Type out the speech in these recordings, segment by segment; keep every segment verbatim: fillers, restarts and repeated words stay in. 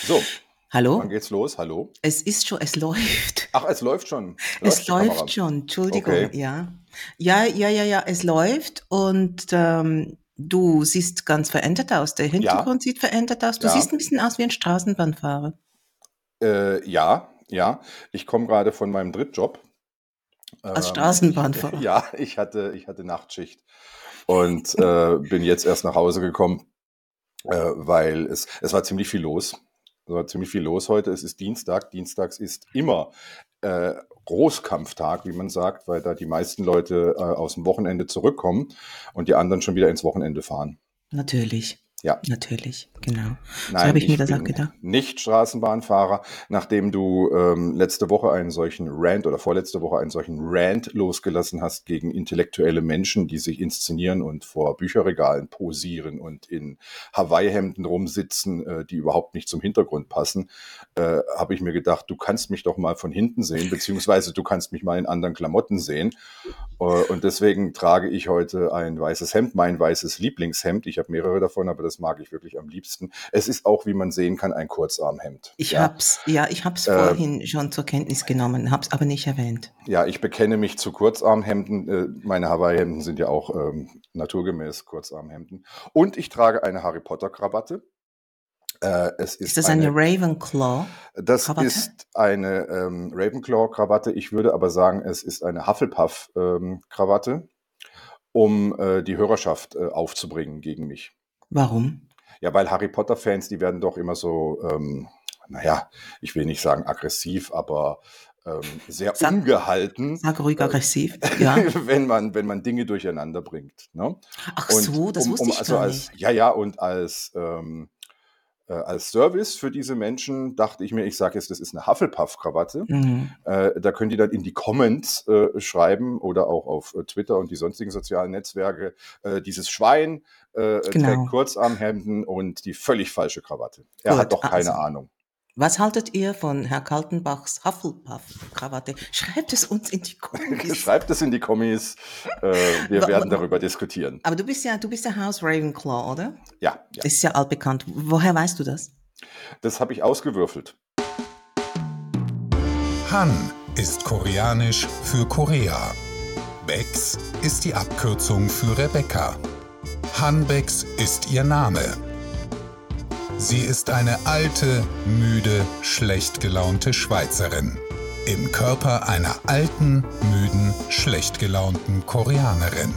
So, wann Hallo? geht's los? Hallo? Es ist schon, es läuft. Ach, es läuft schon. Es Läuft die läuft Kamera. schon, Entschuldigung, Okay. ja. Ja, ja, ja, ja, es läuft und ähm, du siehst ganz verändert aus. Der Ja, Hintergrund sieht verändert aus. Du siehst ja, ein bisschen aus wie ein Straßenbahnfahrer. äh, ja, ja. Ich komme gerade von meinem Drittjob. Als Ähm, ich, Straßenbahnfahrer. ja, ich hatte, ich hatte Nachtschicht und äh, bin jetzt erst nach Hause gekommen, äh, weil es, es war ziemlich viel los. Es war ziemlich viel los heute. Es ist Dienstag. Dienstags ist immer äh, Großkampftag, wie man sagt, weil da die meisten Leute äh, aus dem Wochenende zurückkommen und die anderen schon wieder ins Wochenende fahren. Natürlich, Ja. natürlich, genau. So habe Nein, ich mir ich das auch bin gedacht. nicht Straßenbahnfahrer. Nachdem du ähm, letzte Woche einen solchen Rant oder vorletzte Woche einen solchen Rant losgelassen hast gegen intellektuelle Menschen, die sich inszenieren und vor Bücherregalen posieren und in Hawaii-Hemden rumsitzen, äh, die überhaupt nicht zum Hintergrund passen, äh, habe ich mir gedacht, du kannst mich doch mal von hinten sehen, beziehungsweise du kannst mich mal in anderen Klamotten sehen. Äh, Und deswegen trage ich heute ein weißes Hemd, mein weißes Lieblingshemd. Ich habe mehrere davon, aber das mag ich wirklich am liebsten. Es ist auch, wie man sehen kann, ein Kurzarmhemd. Ich Ja, hab's, ja, ich hab's äh, vorhin schon zur Kenntnis genommen, hab's aber nicht erwähnt. ja, ich bekenne mich zu Kurzarmhemden. Äh, meine Hawaii-Hemden sind ja auch ähm, naturgemäß Kurzarmhemden. Und ich trage eine Harry Potter-Krawatte. Äh, es Ist ist das eine eine, das Ravenclaw-Krawatte? ist eine ähm, Ravenclaw-Krawatte. Ich würde aber sagen, es ist eine Hufflepuff-Krawatte, um äh, die Hörerschaft äh, aufzubringen gegen mich. Warum? Ja, weil Harry Potter-Fans, die werden doch immer so, ähm, naja, ich will nicht sagen aggressiv, aber ähm, sehr Sag, ungehalten, sag ruhig äh, aggressiv, ja. wenn man, wenn man Dinge durcheinander bringt. Ne? Ach Und so, das um, wusste um ich also gar als, nicht. ja, ja, und als, ähm, äh, als Service für diese Menschen dachte ich mir, ich sage jetzt, das ist eine Hufflepuff-Krawatte. Mhm. Äh, da können die dann in die Comments äh, schreiben oder auch auf äh, Twitter und die sonstigen sozialen Netzwerke, äh, dieses Schwein äh, trägt Genau. Kurzarmhemden und die völlig falsche Krawatte. Er hat Gut, doch keine also, Ahnung. was haltet ihr von Herr Kaltenbachs Hufflepuff-Krawatte? Schreibt es uns in die Kommis. Schreibt es in die Kommis. Äh, wir Wa- werden wa- darüber diskutieren. Aber du bist ja, du bist ja Haus Ravenclaw, oder? Ja, ja. Ist ja altbekannt. Woher weißt du das? Das habe ich ausgewürfelt. Han ist koreanisch für Korea. Bex ist die Abkürzung für Rebecca. Han Bex ist ihr Name. Sie ist eine alte, müde, schlecht gelaunte Schweizerin. Im Körper einer alten, müden, schlecht gelaunten Koreanerin.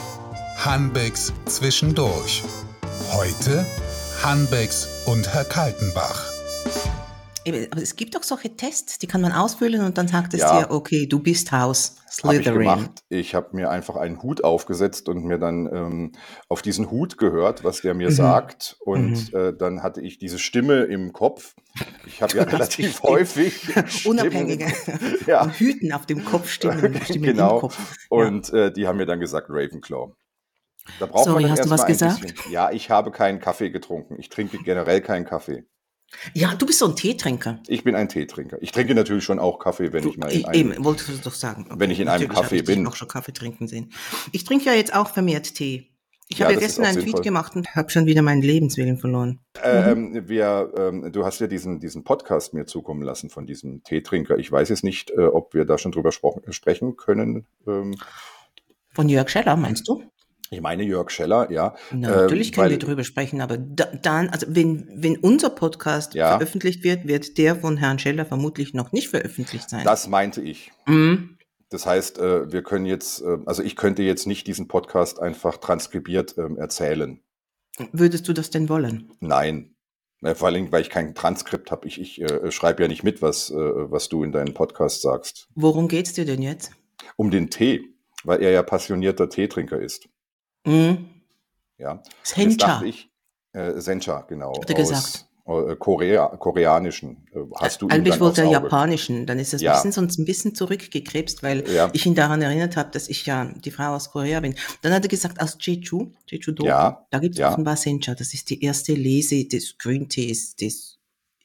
Han Bex zwischendurch. Heute Han Bex und Herr Kaltenbach. Eben, aber es gibt doch solche Tests, die kann man ausfüllen und dann sagt es dir, Ja, okay, du bist Haus habe ich Slytherin. gemacht. Ich habe mir einfach einen Hut aufgesetzt und mir dann ähm, auf diesen Hut gehört, was der mir Mhm. sagt. Und Mhm. äh, dann hatte ich diese Stimme im Kopf. Ich habe ja Du hast relativ bestimmt häufig Stimmen im unabhängige Kopf. Ja, Hüten auf dem Kopf, Stimmen, Stimmen im genau. Kopf. Ja. Und äh, die haben mir dann gesagt Ravenclaw. Da braucht man Sorry, dann hast du was erstmal ein gesagt? bisschen. Ja, ich habe keinen Kaffee getrunken. Ich trinke generell keinen Kaffee. Ja, du bist so ein Teetrinker. Ich bin ein Teetrinker. Ich trinke natürlich schon auch Kaffee, wenn Du, ich mal in e- einem, eben, wolltest du doch sagen. wenn Okay, ich in einem natürlich habe Kaffee ich dich bin. auch schon Kaffee trinken sehen. Ich trinke ja jetzt auch vermehrt Tee. Ich Ja, habe ja das ist gestern auch einen Tweet sinnvoll. gemacht und habe schon wieder meinen Lebenswillen verloren. Äh, Mhm. ähm, wir, ähm, du hast ja diesen, diesen Podcast mir zukommen lassen von diesem Teetrinker. Ich weiß jetzt nicht, äh, ob wir da schon drüber spro- sprechen können. Ähm, Von Jörg Scheller, meinst du? ich meine Jörg Scheller, ja. Na, Ähm, natürlich können wir weil, darüber sprechen, aber da, dann, also wenn, wenn unser Podcast ja, veröffentlicht wird, wird der von Herrn Scheller vermutlich noch nicht veröffentlicht sein. das meinte ich. Mhm. Das heißt, äh, wir können jetzt, äh, also ich könnte jetzt nicht diesen Podcast einfach transkribiert ähm, erzählen. Würdest du das denn wollen? Nein. Äh, Vor allem, weil ich kein Transkript habe. Ich, ich äh, schreibe ja nicht mit, was, äh, was du in deinem Podcast sagst. Worum geht's dir denn jetzt? Um den Tee, weil er ja passionierter Teetrinker ist. Mhm. Ja. Und jetzt dachte Sencha, ich, äh, Sencha, genau, hat er gesagt. aus äh, Korea, koreanischen. Äh, Ä- hast du ihm Eigentlich dann wollte aufs er Auge? Japanischen, dann ist das, wir sind Ja, sonst ein bisschen zurückgekrebst, weil ja, ich ihn daran erinnert habe, dass ich ja die Frau aus Korea bin. Dann hat er gesagt, aus Jeju, Jeju-do, ja, da gibt's ja, offenbar Sencha, das ist die erste Lese des Green Tees, des,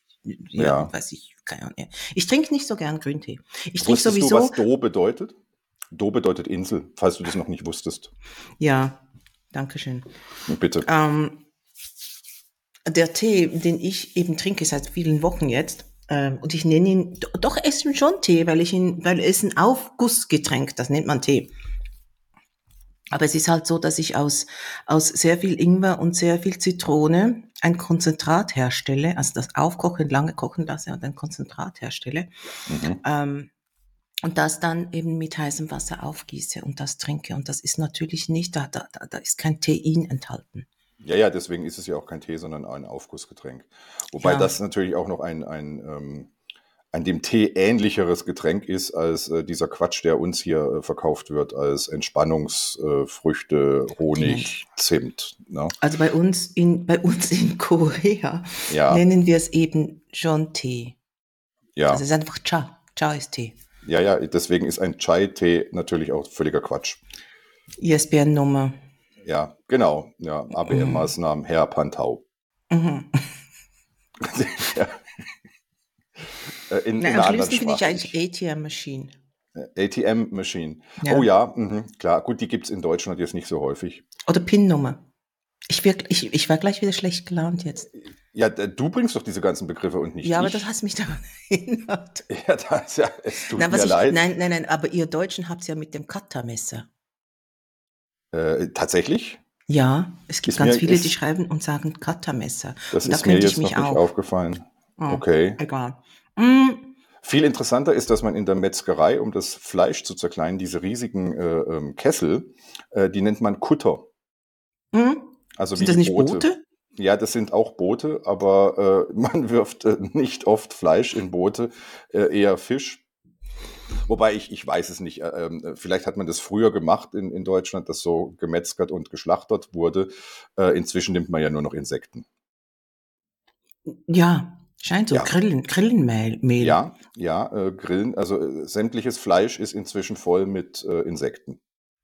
ja, ja. weiß ich, keine Ahnung. Ja. Ich trinke nicht so gern Green Tee. Ich trinke Wusstest du, was sowieso, Do bedeutet? Do bedeutet Insel, falls du das noch nicht wusstest. ja, Dankeschön. Bitte. Ähm, Der Tee, den ich eben trinke seit vielen Wochen jetzt, ähm, und ich nenne ihn, do- doch, es ist schon Tee, weil ich ihn, weil es ein Aufgussgetränk, das nennt man Tee. Aber es ist halt so, dass ich aus, aus sehr viel Ingwer und sehr viel Zitrone ein Konzentrat herstelle, also das aufkochen, lange kochen lasse und ein Konzentrat herstelle, Mhm. ähm, und das dann eben mit heißem Wasser aufgieße und das trinke. Und das ist natürlich nicht, da, da, da da ist kein Tein enthalten. Ja, ja, deswegen ist es ja auch kein Tee, sondern ein Aufgussgetränk. Wobei Ja, das natürlich auch noch ein, ein, ähm, ein dem Tee ähnlicheres Getränk ist als äh, dieser Quatsch, der uns hier äh, verkauft wird als Entspannungsfrüchte, äh, Früchte, Dingens. Honig, Zimt. Ne? Also bei uns in, bei uns in Korea Ja, nennen wir es eben schon Tee. Also es ja, ist einfach Cha. Cha ist Tee. ja, ja, deswegen ist ein Chai-Tee natürlich auch völliger Quatsch. I S B N-Nummer. Ja, genau. Ja, Mhm. A B M-Maßnahmen, Herr Pantau. Mhm. Ja, äh, in, in Na, am einer anderen schlimmsten finde ich Sprache. eigentlich A T M-Machine. A T M-Machine. Oh Ja. ja, mhm, klar. Gut, die gibt es in Deutschland jetzt nicht so häufig. Oder PIN-Nummer. Ich, wirk- ich, ich war gleich wieder schlecht gelaunt jetzt. Ja, d- du bringst doch diese ganzen Begriffe und nicht Ja, aber ich. das hast mich daran erinnert. Ja, das, ja, es tut Nein, was mir ich, leid. nein, nein, nein, aber ihr Deutschen habt es ja mit dem Cuttermesser. Äh, tatsächlich? Ja, es gibt Ist ganz mir, viele, die ist, schreiben und sagen Cuttermesser. das Und da ist mir könnte ich jetzt noch mich nicht auch. aufgefallen. Oh, Okay. egal. Mm, Viel interessanter ist, dass man in der Metzgerei, um das Fleisch zu zerkleinern, diese riesigen äh, ähm, Kessel, äh, die nennt man Kutter. mm. Also wie Sind das die nicht Boote. Boote? Ja, das sind auch Boote, aber äh, man wirft äh, nicht oft Fleisch in Boote, äh, eher Fisch. Wobei ich, ich weiß es nicht. Äh, ähm, vielleicht hat man das früher gemacht in, in Deutschland, dass so gemetzgert und geschlachtert wurde. Äh, inzwischen nimmt man ja nur noch Insekten. Ja, scheint so. Ja, Grillen, Grillenmehl. Mehl. ja, ja, äh, Grillen. Also äh, sämtliches Fleisch ist inzwischen voll mit äh, Insekten.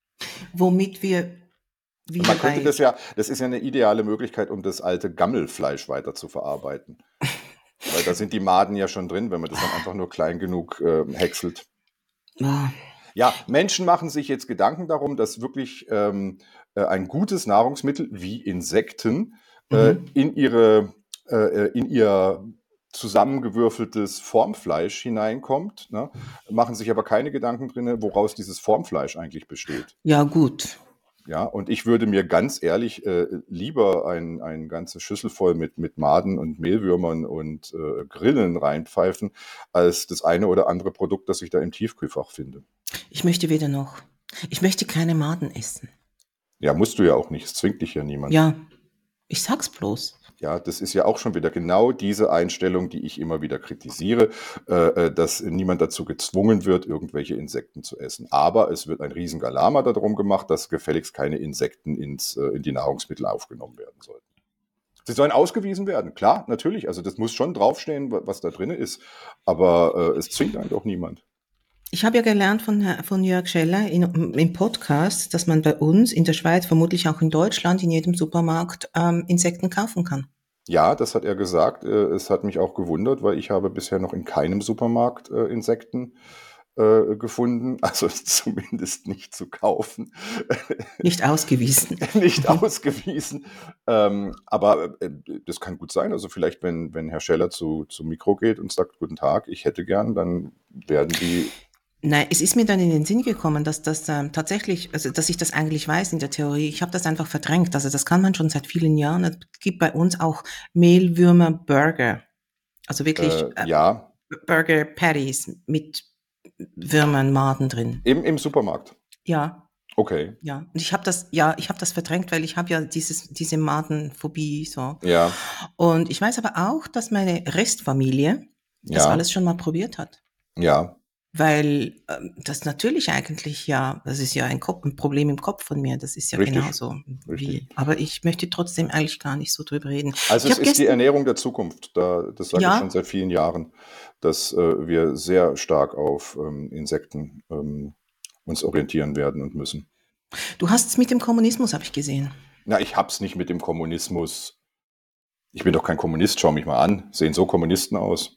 Womit wir wieder Man könnte bei, das ja, das ist ja eine ideale Möglichkeit, um das alte Gammelfleisch weiter zu verarbeiten. Weil da sind die Maden ja schon drin, wenn man das dann einfach nur klein genug äh, häckselt. oh, Ja, Menschen machen sich jetzt Gedanken darum, dass wirklich ähm, äh, ein gutes Nahrungsmittel wie Insekten äh, mhm. in ihre äh, in ihr zusammengewürfeltes Formfleisch hineinkommt, ne? Machen sich aber keine Gedanken drin, woraus dieses Formfleisch eigentlich besteht. Ja, gut. Ja, und ich würde mir ganz ehrlich äh, lieber ein, ein ganze Schüssel voll mit, mit Maden und Mehlwürmern und äh, Grillen reinpfeifen, als das eine oder andere Produkt, das ich da im Tiefkühlfach finde. Ich möchte weder noch. Ich möchte keine Maden essen. Ja, musst du ja auch nicht, es zwingt dich ja niemand. Ja, ich sag's bloß. Ja, das ist ja auch schon wieder genau diese Einstellung, die ich immer wieder kritisiere, äh, äh, dass niemand dazu gezwungen wird, irgendwelche Insekten zu essen. Aber es wird ein riesen Galama darum gemacht, dass gefälligst keine Insekten ins, äh, in die Nahrungsmittel aufgenommen werden sollten. Sie sollen ausgewiesen werden, klar, natürlich. Also das muss schon draufstehen, wa- was da drin ist. Aber äh, es zwingt einen doch niemand. Ich habe ja gelernt von, Herr- von Jörg Scheller in, im Podcast, dass man bei uns in der Schweiz, vermutlich auch in Deutschland, in jedem Supermarkt ähm, Insekten kaufen kann. Ja, das hat er gesagt. Äh, Es hat mich auch gewundert, weil ich habe bisher noch in keinem Supermarkt äh, Insekten äh, gefunden. Also zumindest nicht zu kaufen. Nicht ausgewiesen. Nicht ausgewiesen. Ähm, aber äh, das kann gut sein. Also vielleicht, wenn, wenn Herr Scheller zu, zum Mikro geht und sagt, guten Tag, ich hätte gern, dann werden die, Nein, es ist mir dann in den Sinn gekommen, dass das ähm, tatsächlich, also dass ich das eigentlich weiß in der Theorie. Ich habe das einfach verdrängt. Also das kann man schon seit vielen Jahren. Es gibt bei uns auch Mehlwürmer Burger. Also wirklich äh, äh, ja, Burger Patties mit Würmern, Maden drin. im, im Supermarkt. Ja, Okay, ja. Und ich habe das, ja, ich habe das verdrängt, weil ich habe ja dieses, diese Madenphobie so. ja, Und ich weiß aber auch, dass meine Restfamilie das ja, alles schon mal probiert hat. ja, Weil ähm, das natürlich eigentlich ja, das ist ja ein, Kopf, ein Problem im Kopf von mir, das ist ja richtig, genauso richtig. wie, aber ich möchte trotzdem eigentlich gar nicht so drüber reden. Also Ich es habe ist die gestern, Ernährung der Zukunft. Da, das sage ich schon ja, seit vielen Jahren, dass äh, wir sehr stark auf ähm, Insekten ähm, uns orientieren werden und müssen. du hast es mit dem Kommunismus, habe ich gesehen. Na, ich hab's nicht mit dem Kommunismus. Ich bin doch kein Kommunist, schau mich mal an. Sehen so Kommunisten aus.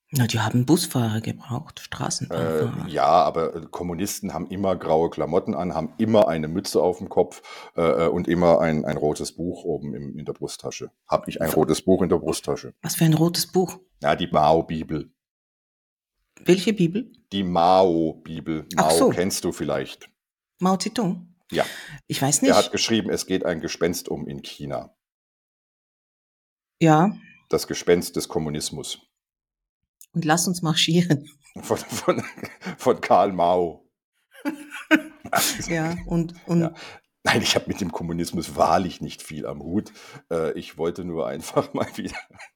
Na, die haben Busfahrer gebraucht, Äh, Straßenbahnfahrer. ja, aber äh, Kommunisten haben immer graue Klamotten an, haben immer eine Mütze auf dem Kopf äh, äh, und immer ein, ein rotes Buch oben im, in der Brusttasche. Habe ich ein W- rotes Buch in der Brusttasche? Was für ein rotes Buch. Ja, die Mao-Bibel. Welche Bibel? Die Mao-Bibel. Ach Mao so, kennst du vielleicht. Mao Zedong. Ja, Ich weiß der hat nicht. geschrieben, es geht ein Gespenst um in China. Ja, Das Gespenst des Kommunismus. und lass uns marschieren. Von, von, von Karl Mao. Ja, und, Ja. und Nein, ich habe mit dem Kommunismus wahrlich nicht viel am Hut. Äh, ich wollte nur einfach mal wieder.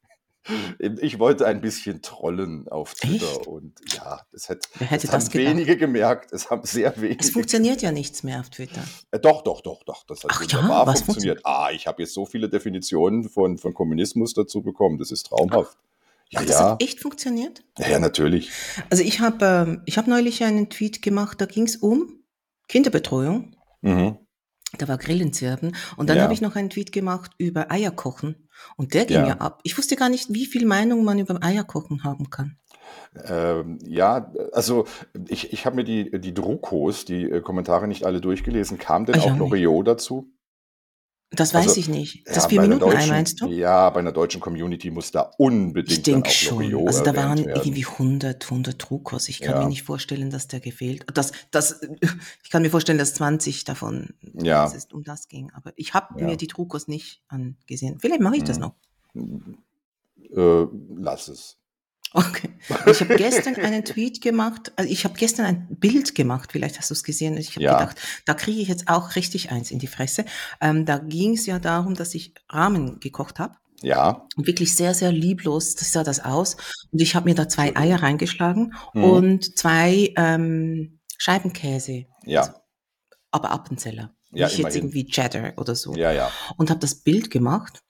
Ich wollte ein bisschen trollen auf Twitter echt? und ja, das, hat, Wer hätte das haben das gedacht? wenige gemerkt. Es haben sehr Es wenige. funktioniert ja nichts mehr auf Twitter. Äh, doch, doch, doch, doch. Das hat Ach ja, wunderbar was funktioniert. Ah, ich habe jetzt so viele Definitionen von, von Kommunismus dazu bekommen. Das ist traumhaft. Ja, Ach, das ja. hat echt funktioniert? Ja, ja, natürlich. Also ich habe ähm, ich hab neulich einen Tweet gemacht, da ging es um Kinderbetreuung. Mhm. Da war Grillenzirpen. Und dann habe ich Ja, noch einen Tweet gemacht über Eierkochen. Und der ging ja ja. ab. Ich wusste gar nicht, wie viel Meinung man über Eierkochen haben kann. Ähm, ja, also ich, ich habe mir die, die Druckos, die äh, Kommentare nicht alle durchgelesen. Kam Ah, denn ich auch auch nicht. Loriot dazu? Das weiß Also, ich nicht. ja, Das bei einer Vier-Minuten-Ei deutschen, meinst du? ja, bei einer deutschen Community muss da Ich unbedingt dann denke auch schon. Loriot Also da erwähnt waren irgendwie werden. hundert, hundert Trukos. Ich kann mir Ja, nicht vorstellen, dass der gefehlt, dass, dass, ich kann mir vorstellen, dass zwanzig davon, dass ja, es um das ging. Aber ich habe mir ja. die Trukos nicht angesehen. Vielleicht mache ich das Hm. noch. Äh, lass es. Okay. Und ich habe gestern einen Tweet gemacht, also ich habe gestern ein Bild gemacht, vielleicht hast du es gesehen. Ich habe Ja, gedacht, da kriege ich jetzt auch richtig eins in die Fresse. Ähm, da ging es ja darum, dass ich Ramen gekocht habe. ja, Und wirklich sehr, sehr lieblos das sah das aus. Und ich habe mir da zwei Eier Entschuldigung. reingeschlagen Hm. und zwei ähm, Scheibenkäse, also Ja, aber Appenzeller, ja, nicht jetzt immerhin. irgendwie Cheddar oder so. Ja, ja. Und habe das Bild gemacht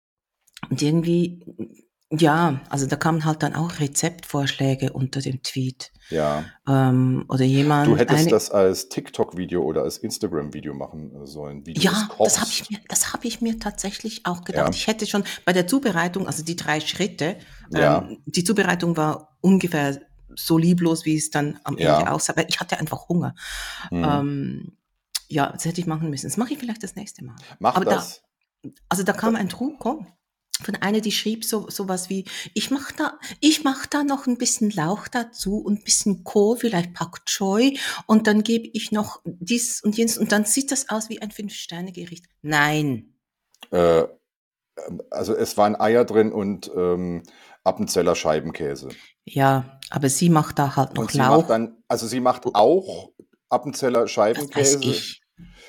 und irgendwie, ja, also da kamen halt dann auch Rezeptvorschläge unter dem Tweet. Ja. Ähm, oder Du jemand, hättest eine, das als TikTok-Video oder als Instagram-Video machen äh, sollen, wie du es ja, das habe ich kochst. mir, das habe ich mir tatsächlich auch gedacht. Ja, Ich hätte schon bei der Zubereitung, also die drei Schritte, ja, ähm, die Zubereitung war ungefähr so lieblos, wie es dann am Ende ja. aussah, weil ich hatte einfach Hunger. Hm. Ähm, ja, das hätte ich machen müssen. Das mache ich vielleicht das nächste Mal. Mach Aber da, das. also da kam Da- ein Truco von einer, die schrieb so sowas wie, ich mach da, ich mach da noch ein bisschen Lauch dazu und ein bisschen Kohl, vielleicht Pak Choi und dann gebe ich noch dies und jenes und dann sieht das aus wie ein Fünf-Sterne-Gericht. Nein. Äh, also es waren Eier drin und ähm, Appenzeller Scheibenkäse. Ja, aber sie macht da halt noch Und sie macht Lauch. dann, also sie macht auch Appenzeller Das weiß Scheibenkäse, ich.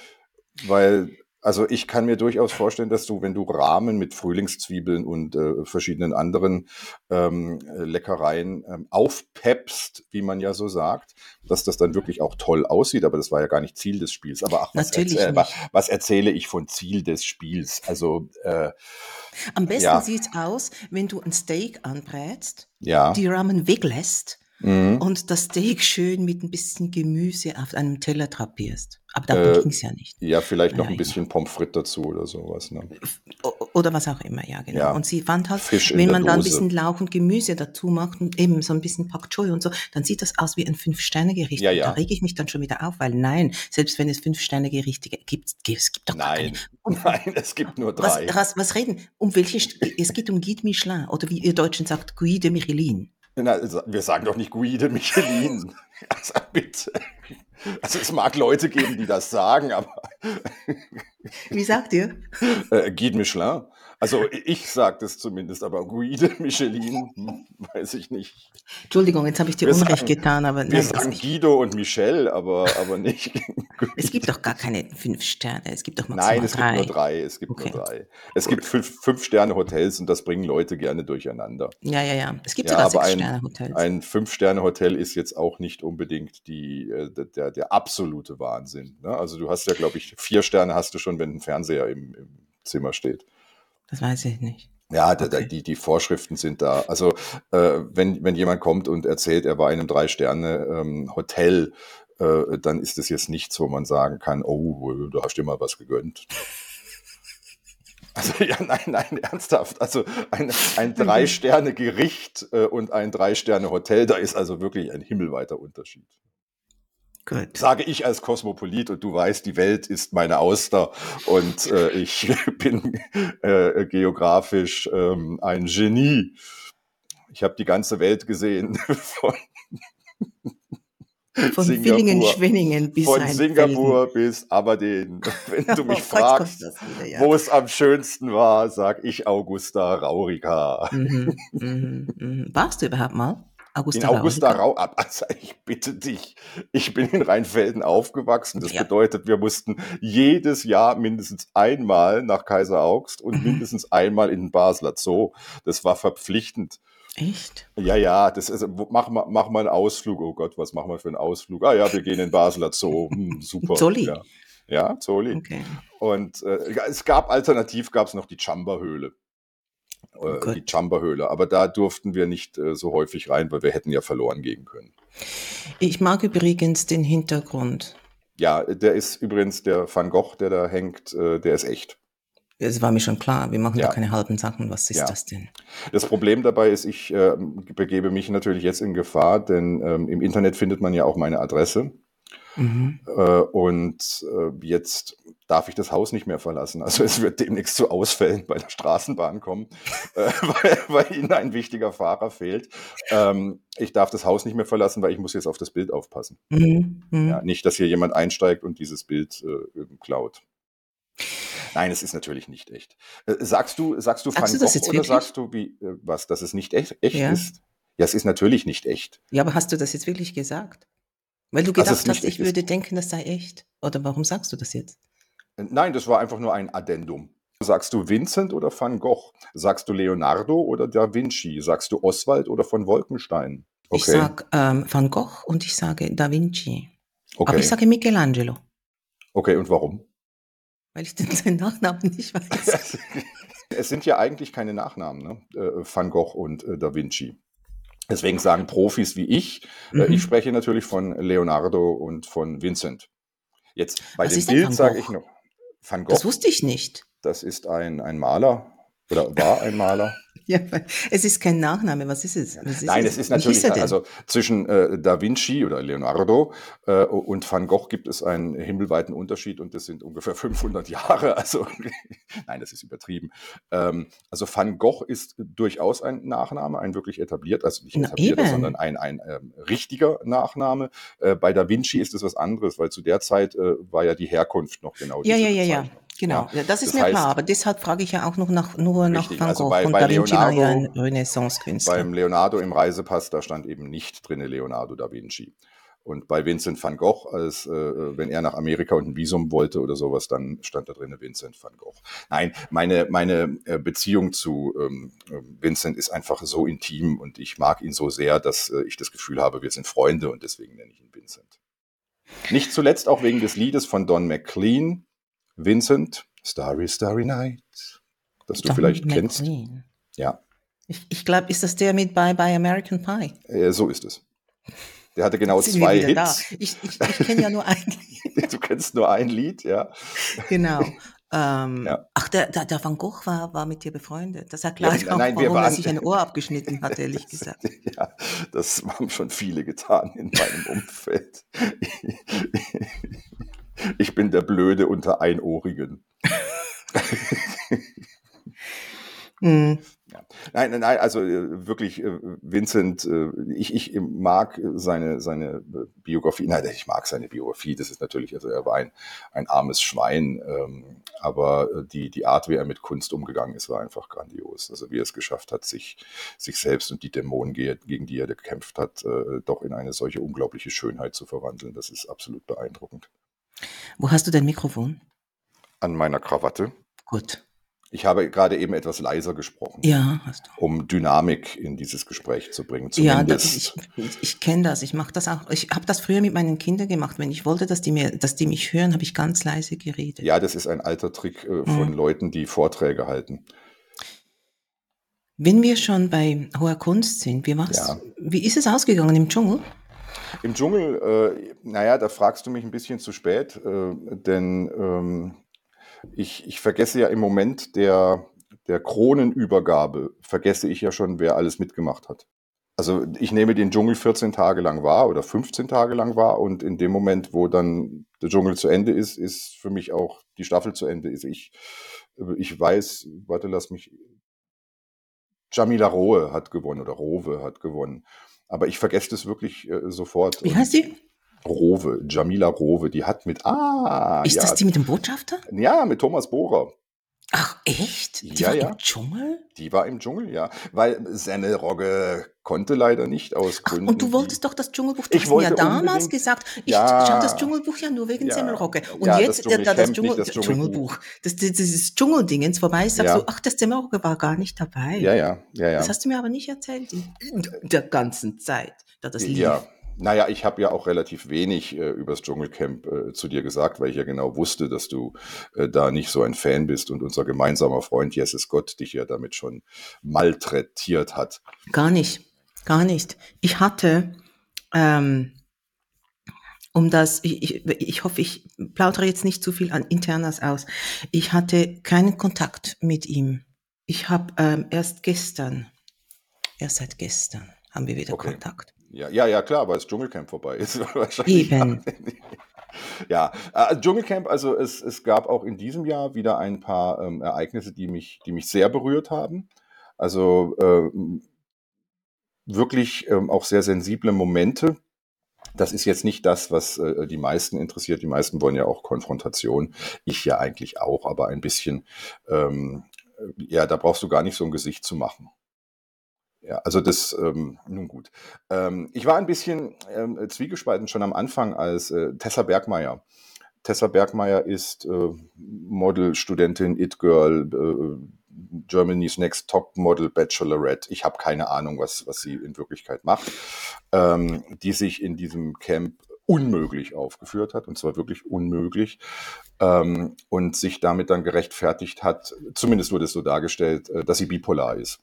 weil, also ich kann mir durchaus vorstellen, dass du, wenn du Ramen mit Frühlingszwiebeln und äh, verschiedenen anderen ähm, äh, Leckereien ähm, aufpeppst, wie man ja so sagt, dass das dann wirklich auch toll aussieht. Aber das war ja gar nicht Ziel des Spiels. Aber ach, was, Natürlich erzähl, wa- nicht. was erzähle ich von Ziel des Spiels? Also, äh, Am besten ja, sieht's aus, wenn du ein Steak anbrätst, die ja. Ramen weglässt Mhm. und das Steak schön mit ein bisschen Gemüse auf einem Teller drapierst. Aber darum Äh, ging's ja nicht. ja, vielleicht noch Naja, ein egal. bisschen Pommes frites dazu oder sowas. Ne? O- Oder was auch immer, ja, genau. Ja, Und sie fand halt, Fisch in wenn der man da ein Dose. bisschen Lauch und Gemüse dazu macht und eben so ein bisschen Pak Choi und so, dann sieht das aus wie ein Fünf-Sterne-Gericht. Ja, Und da ja. rege ich mich dann schon wieder auf, weil nein, selbst wenn es Fünf-Sterne-Gerichte gibt, es gibt doch gar keine. Nein, Und nein, es gibt nur was, drei. was, was reden? Um welche, St- es geht um Guide Michelin oder wie ihr Deutschen sagt, Guide de Michelin. Na, also, wir sagen doch nicht Guide Michelin. Also bitte. Also es mag Leute geben, die das sagen, aber Wie sagt ihr? äh, Guide Michelin. Also ich sage das zumindest, aber Guide Michelin, hm, weiß ich nicht. Entschuldigung, jetzt habe ich dir Wir Unrecht sagen, getan, aber wir nein, das, sagen ich, Guido und Michel, aber, aber nicht es gibt Guide. doch gar keine fünf Sterne, es gibt doch Nein, maximal es gibt nur drei. drei. Es gibt nur Okay, drei. Es gut. gibt fünf, fünf Sterne Hotels und das bringen Leute gerne durcheinander. Ja, ja, ja. Es gibt Ja, sogar aber sechs ein, Sterne Hotels. ein Fünf-Sterne-Hotel ist jetzt auch nicht unbedingt die, äh, der, der, der absolute Wahnsinn. Ne? Also du hast ja, glaube ich, vier Sterne hast du schon, wenn ein Fernseher im, im Zimmer steht. Das weiß ich nicht. Ja, der, der, Okay. die, die Vorschriften sind da. Also äh, wenn, wenn jemand kommt und erzählt, er war in einem Drei-Sterne-Hotel, äh, dann ist es jetzt nichts, wo man sagen kann, oh, du hast dir mal was gegönnt. Also ja, nein, nein, ernsthaft. Also ein, ein Okay. Drei-Sterne-Gericht äh, und ein Drei-Sterne-Hotel, da ist also wirklich ein himmelweiter Unterschied. Gut. Sage ich als Kosmopolit, und du weißt, die Welt ist meine Auster und äh, ich bin äh, geografisch ähm, ein Genie. Ich habe die ganze Welt gesehen, von Von Singapur, Villingen-Schwenningen bis von Rheinfelden. Singapur bis Aberdeen. Wenn du mich Oh Gott, kommt fragst, das wieder, ja. wo es am schönsten war, sag ich Augusta Raurica. Mhm, mhm, mhm. Warst du überhaupt mal? In Augusta Augusta Raurica? Rau, also ich bitte dich, ich bin in Rheinfelden aufgewachsen. Das Ja. bedeutet, wir mussten jedes Jahr mindestens einmal nach Kaiseraugst und Mhm. mindestens einmal in den Basler Zoo. Das war verpflichtend. Echt? Ja, ja, das ist, wo- mach mal, mach mal einen Ausflug. Oh Gott, was machen wir für einen Ausflug? Ah ja, wir gehen in den Basler Zoo. Hm, super. Zolli? Ja, ja, Zoli. Okay. Und äh, es gab alternativ gab es noch die Chamba-Höhle. Äh, Gut. die Chamba-Höhle. Aber da durften wir nicht äh, so häufig rein, weil wir hätten ja verloren gehen können. Ich mag übrigens den Hintergrund. Ja, der ist übrigens der Van Gogh, der da hängt, äh, der ist echt. Es war mir schon klar, wir machen da Ja. keine halben Sachen. Was ist Ja. das denn? Das Problem dabei ist, ich äh, begebe mich natürlich jetzt in Gefahr, denn ähm, im Internet findet man ja auch meine Adresse. Mhm. Äh, und äh, jetzt darf ich das Haus nicht mehr verlassen. Also es wird demnächst zu Ausfällen bei der Straßenbahn kommen, äh, weil, weil ihnen ein wichtiger Fahrer fehlt. Ähm, ich darf das Haus nicht mehr verlassen, weil ich muss jetzt auf das Bild aufpassen. Mhm. Mhm. Ja, nicht, dass hier jemand einsteigt und dieses Bild äh, klaut. Nein, es ist natürlich nicht echt. Äh, sagst du, sagst du Sagst Van du das Gogh jetzt oder wirklich? sagst du wie äh, was, dass es nicht echt, echt Ja. ist? Ja, es ist natürlich nicht echt. Ja, aber hast du das jetzt wirklich gesagt? Weil du Dass es gedacht nicht hast, ich echt würde ist. denken, das sei echt. Oder warum sagst du das jetzt? Äh, Nein, das war einfach nur ein Addendum. Sagst du Vincent oder Van Gogh? Sagst du Leonardo oder Da Vinci? Sagst du Oswald oder von Wolkenstein? Ich Okay, sag ähm, Van Gogh und ich sage Da Vinci. Aber ich okay, sage Michelangelo, okay. Und warum? weil ich den seinen Nachnamen nicht weiß. Es sind ja eigentlich keine Nachnamen, ne? Äh, Van Gogh und äh, Da Vinci. Deswegen sagen Profis wie ich, äh, ich Mhm. spreche natürlich von Leonardo und von Vincent. Jetzt bei Was dem ist denn Bild Van sage ich Gogh? noch, Van Das Gogh, wusste ich nicht. das ist ein, ein Maler oder war ein Maler. Ja, weil es ist kein Nachname. Was ist es? Was ist Nein, es? es ist Wie hieß natürlich, er denn? also zwischen äh, Da Vinci oder Leonardo äh, und Van Gogh gibt es einen himmelweiten Unterschied und das sind ungefähr fünfhundert Jahre. Also, nein, das ist übertrieben. Ähm, also Van Gogh ist durchaus ein Nachname, ein wirklich etabliert, also nicht Na etablierter, sondern eben. ein, ein ähm, richtiger Nachname. Äh, bei Da Vinci ist es was anderes, weil zu der Zeit äh, war ja die Herkunft noch genau Ja, diese ja, ja, ja. Bezeichnung. Genau. Ja, Ja, das ist das mir klar. heißt, Aber deshalb frage ich ja auch noch nach, nur nach richtig, Van also Gogh. bei, Und bei Da Vinci war ja ein Leonardo, Renaissance-Künstler. beim Leonardo im Reisepass, da stand eben nicht drin Leonardo da Vinci. Und bei Vincent van Gogh, als äh, wenn er nach Amerika und ein Visum wollte oder sowas, dann stand da drin Vincent van Gogh. Nein, meine, meine äh, Beziehung zu ähm, Vincent ist einfach so intim und ich mag ihn so sehr, dass äh, ich das Gefühl habe, wir sind Freunde und deswegen nenne ich ihn Vincent. Nicht zuletzt auch wegen des Liedes von Don McLean, Vincent, Starry, Starry Night, das du Don vielleicht kennst. McLean. Ja, Ich, ich glaube, ist das der mit Bye Bye American Pie? äh, so ist es. Der hatte genau Sind wir zwei wieder da? Hits. Ich, ich, ich kenne ja nur ein Lied. Du kennst nur ein Lied, ja. Genau. Ähm, Ja. Ach, der, der, der Van Gogh war, war mit dir befreundet. Das Ja, erklärt auch, nein, wir warum er waren. sich ein Ohr abgeschnitten hat, ehrlich gesagt. Ja, das haben schon viele getan in meinem Umfeld. Ich bin der Blöde unter Einohrigen. Hm. Ja. Nein, nein, nein, also äh, wirklich, äh, Vincent, äh, ich, ich mag seine, seine Biografie, nein, ich mag seine Biografie, das ist natürlich, also er war ein, ein armes Schwein, ähm, aber äh, die, die Art, wie er mit Kunst umgegangen ist, war einfach grandios. Also wie er es geschafft hat, sich, sich selbst und die Dämonen, gegen die er gekämpft hat, äh, doch in eine solche unglaubliche Schönheit zu verwandeln, das ist absolut beeindruckend. Wo hast du dein Mikrofon? An meiner Krawatte. Gut. Ich habe gerade eben etwas leiser gesprochen, Ja, hast du. um Dynamik in dieses Gespräch zu bringen, Ja, das, ich, zumindest. ich, ich kenne das. Ich mache das auch. Ich habe das früher mit meinen Kindern gemacht. Wenn ich wollte, dass die mir, dass die mich hören, habe ich ganz leise geredet. Ja, das ist ein alter Trick äh, von Mhm. Leuten, die Vorträge halten. Wenn wir schon bei hoher Kunst sind, wie war's? Ja. Wie ist es ausgegangen im Dschungel? Im Dschungel, äh, naja, da fragst du mich ein bisschen zu spät, äh, denn ähm, Ich, ich vergesse ja im Moment der, der Kronenübergabe, vergesse ich ja schon, wer alles mitgemacht hat. Also ich nehme den Dschungel vierzehn Tage lang wahr oder fünfzehn Tage lang wahr und in dem Moment, wo dann der Dschungel zu Ende ist, ist für mich auch die Staffel zu Ende. Also ich, ich weiß, warte, lass mich, Jamila Rowe hat gewonnen oder Rowe hat gewonnen. Aber ich vergesse das wirklich äh, sofort. Wie heißt Und die? Rowe, Jamila Rowe, die hat mit, ah, Ist das ja, die mit dem Botschafter? ja, mit Thomas Bohrer. Ach, echt? Die Ja, war ja. im Dschungel? Die war im Dschungel, ja. Weil Semmelrogge konnte leider nicht aus Ach, Gründen. und du die- wolltest doch das Dschungelbuch. Du Ich hast mir ja wollte damals unbedingt- gesagt, ich Ja. schaue das Dschungelbuch ja nur wegen Ja. Semmelrogge. Und Ja, jetzt, das äh, da das Dschungelcamp, nicht Dschungel, das Dschungelbuch. Dschungelbuch, das, das, dieses Dschungeldingens vorbei ist, sagst Ja. du, ach, das Semmelrogge war gar nicht dabei. Ja, ja, ja, ja. Das hast du mir aber nicht erzählt in, in der ganzen Zeit, da das lief. Ja, naja, ich habe ja auch relativ wenig äh, übers Dschungelcamp äh, zu dir gesagt, weil ich ja genau wusste, dass du äh, da nicht so ein Fan bist und unser gemeinsamer Freund Jesus Gott dich ja damit schon malträtiert hat. Gar nicht, gar nicht. Ich hatte, ähm, um das, ich, ich, ich hoffe, ich plaudere jetzt nicht zu viel an Internas aus. Ich hatte keinen Kontakt mit ihm. Ich habe ähm, erst gestern, erst seit gestern haben wir wieder Okay. Kontakt. Ja, ja, ja, klar, weil das Dschungelcamp vorbei ist. Wahrscheinlich. Eben. Ja, äh, Dschungelcamp, also es, es gab auch in diesem Jahr wieder ein paar ähm, Ereignisse, die mich, die mich sehr berührt haben. Also ähm, wirklich ähm, auch sehr sensible Momente. Das ist jetzt nicht das, was äh, die meisten interessiert. Die meisten wollen ja auch Konfrontation. Ich ja eigentlich auch, aber ein bisschen, ähm, ja, da brauchst du gar nicht so ein Gesicht zu machen. Ja, also das, ähm, nun gut. Ähm, ich war ein bisschen ähm, zwiegespalten schon am Anfang als äh, Tessa Bergmeier. Tessa Bergmeier ist äh, Model, Studentin, It-Girl, äh, Germany's Next Top Model, Bachelorette. Ich habe keine Ahnung, was, was sie in Wirklichkeit macht, ähm, die sich in diesem Camp unmöglich aufgeführt hat, und zwar wirklich unmöglich, ähm, und sich damit dann gerechtfertigt hat, zumindest wurde es so dargestellt, äh, dass sie bipolar ist.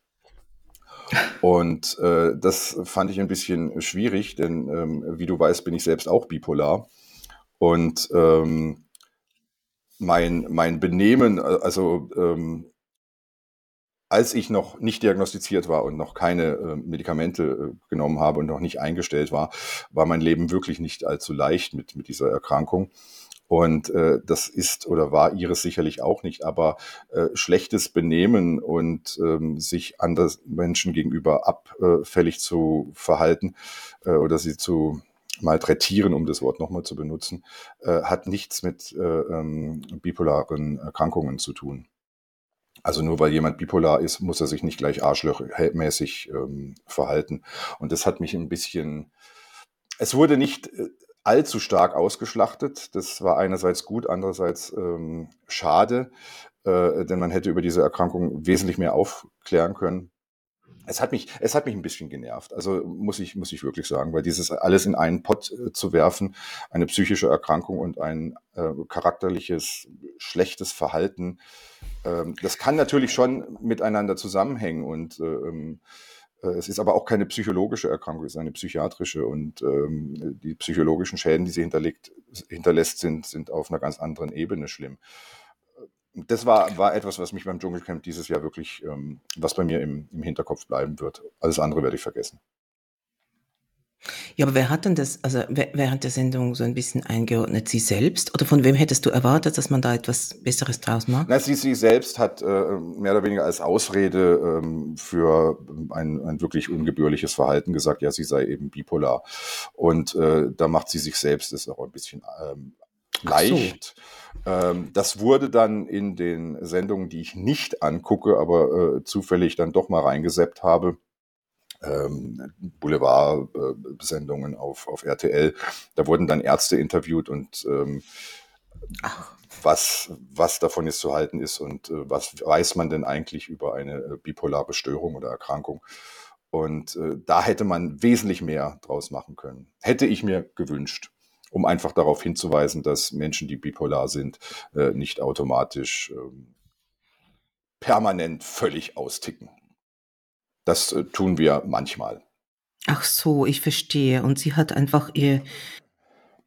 Und äh, das fand ich ein bisschen schwierig, denn ähm, wie du weißt, bin ich selbst auch bipolar. Und ähm, mein, mein Benehmen, also ähm, als ich noch nicht diagnostiziert war und noch keine äh, Medikamente äh, genommen habe und noch nicht eingestellt war, war mein Leben wirklich nicht allzu leicht mit, mit dieser Erkrankung. Und äh, das ist oder war ihres sicherlich auch nicht, aber äh, schlechtes Benehmen und ähm, sich anderen Menschen gegenüber abfällig zu verhalten äh, oder sie zu malträtieren, um das Wort nochmal zu benutzen, äh, hat nichts mit äh, ähm, bipolaren Erkrankungen zu tun. Also nur weil jemand bipolar ist, muss er sich nicht gleich arschlochmäßig ähm, verhalten. Und das hat mich ein bisschen, es wurde nicht äh, allzu stark ausgeschlachtet. Das war einerseits gut, andererseits ähm, schade, äh, denn man hätte über diese Erkrankung wesentlich mehr aufklären können. Es hat mich, es hat mich ein bisschen genervt. Also muss ich, muss ich wirklich sagen, weil dieses alles in einen Pott äh, zu werfen, eine psychische Erkrankung und ein äh, charakterliches schlechtes Verhalten, ähm, das kann natürlich schon miteinander zusammenhängen und ähm, äh, es ist aber auch keine psychologische Erkrankung, es ist eine psychiatrische und ähm, die psychologischen Schäden, die sie hinterlegt, hinterlässt, sind, sind auf einer ganz anderen Ebene schlimm. Das war, war etwas, was mich beim Dschungelcamp dieses Jahr wirklich, ähm, was bei mir im, im Hinterkopf bleiben wird. Alles andere werde ich vergessen. Ja, aber wer hat denn das, also wer- während der Sendung so ein bisschen eingeordnet? Sie selbst? Oder von wem hättest du erwartet, dass man da etwas Besseres draus macht? Na, sie, sie selbst hat äh, mehr oder weniger als Ausrede ähm, für ein, ein wirklich ungebührliches Verhalten gesagt, ja, sie sei eben bipolar. Und äh, da macht sie sich selbst das auch ein bisschen ähm, leicht. Ähm, das wurde dann in den Sendungen, die ich nicht angucke, aber äh, zufällig dann doch mal reingeseppt habe, ähm, Boulevard-Sendungen auf, auf R T L, da wurden dann Ärzte interviewt und ähm, Ach, was, was davon jetzt zu halten ist und äh, was weiß man denn eigentlich über eine äh, bipolare Störung oder Erkrankung. Und äh, da hätte man wesentlich mehr draus machen können. Hätte ich mir gewünscht, um einfach darauf hinzuweisen, dass Menschen, die bipolar sind, äh, nicht automatisch ähm, permanent völlig austicken. Das äh, tun wir manchmal. ach so, ich verstehe. Und sie hat einfach ihr,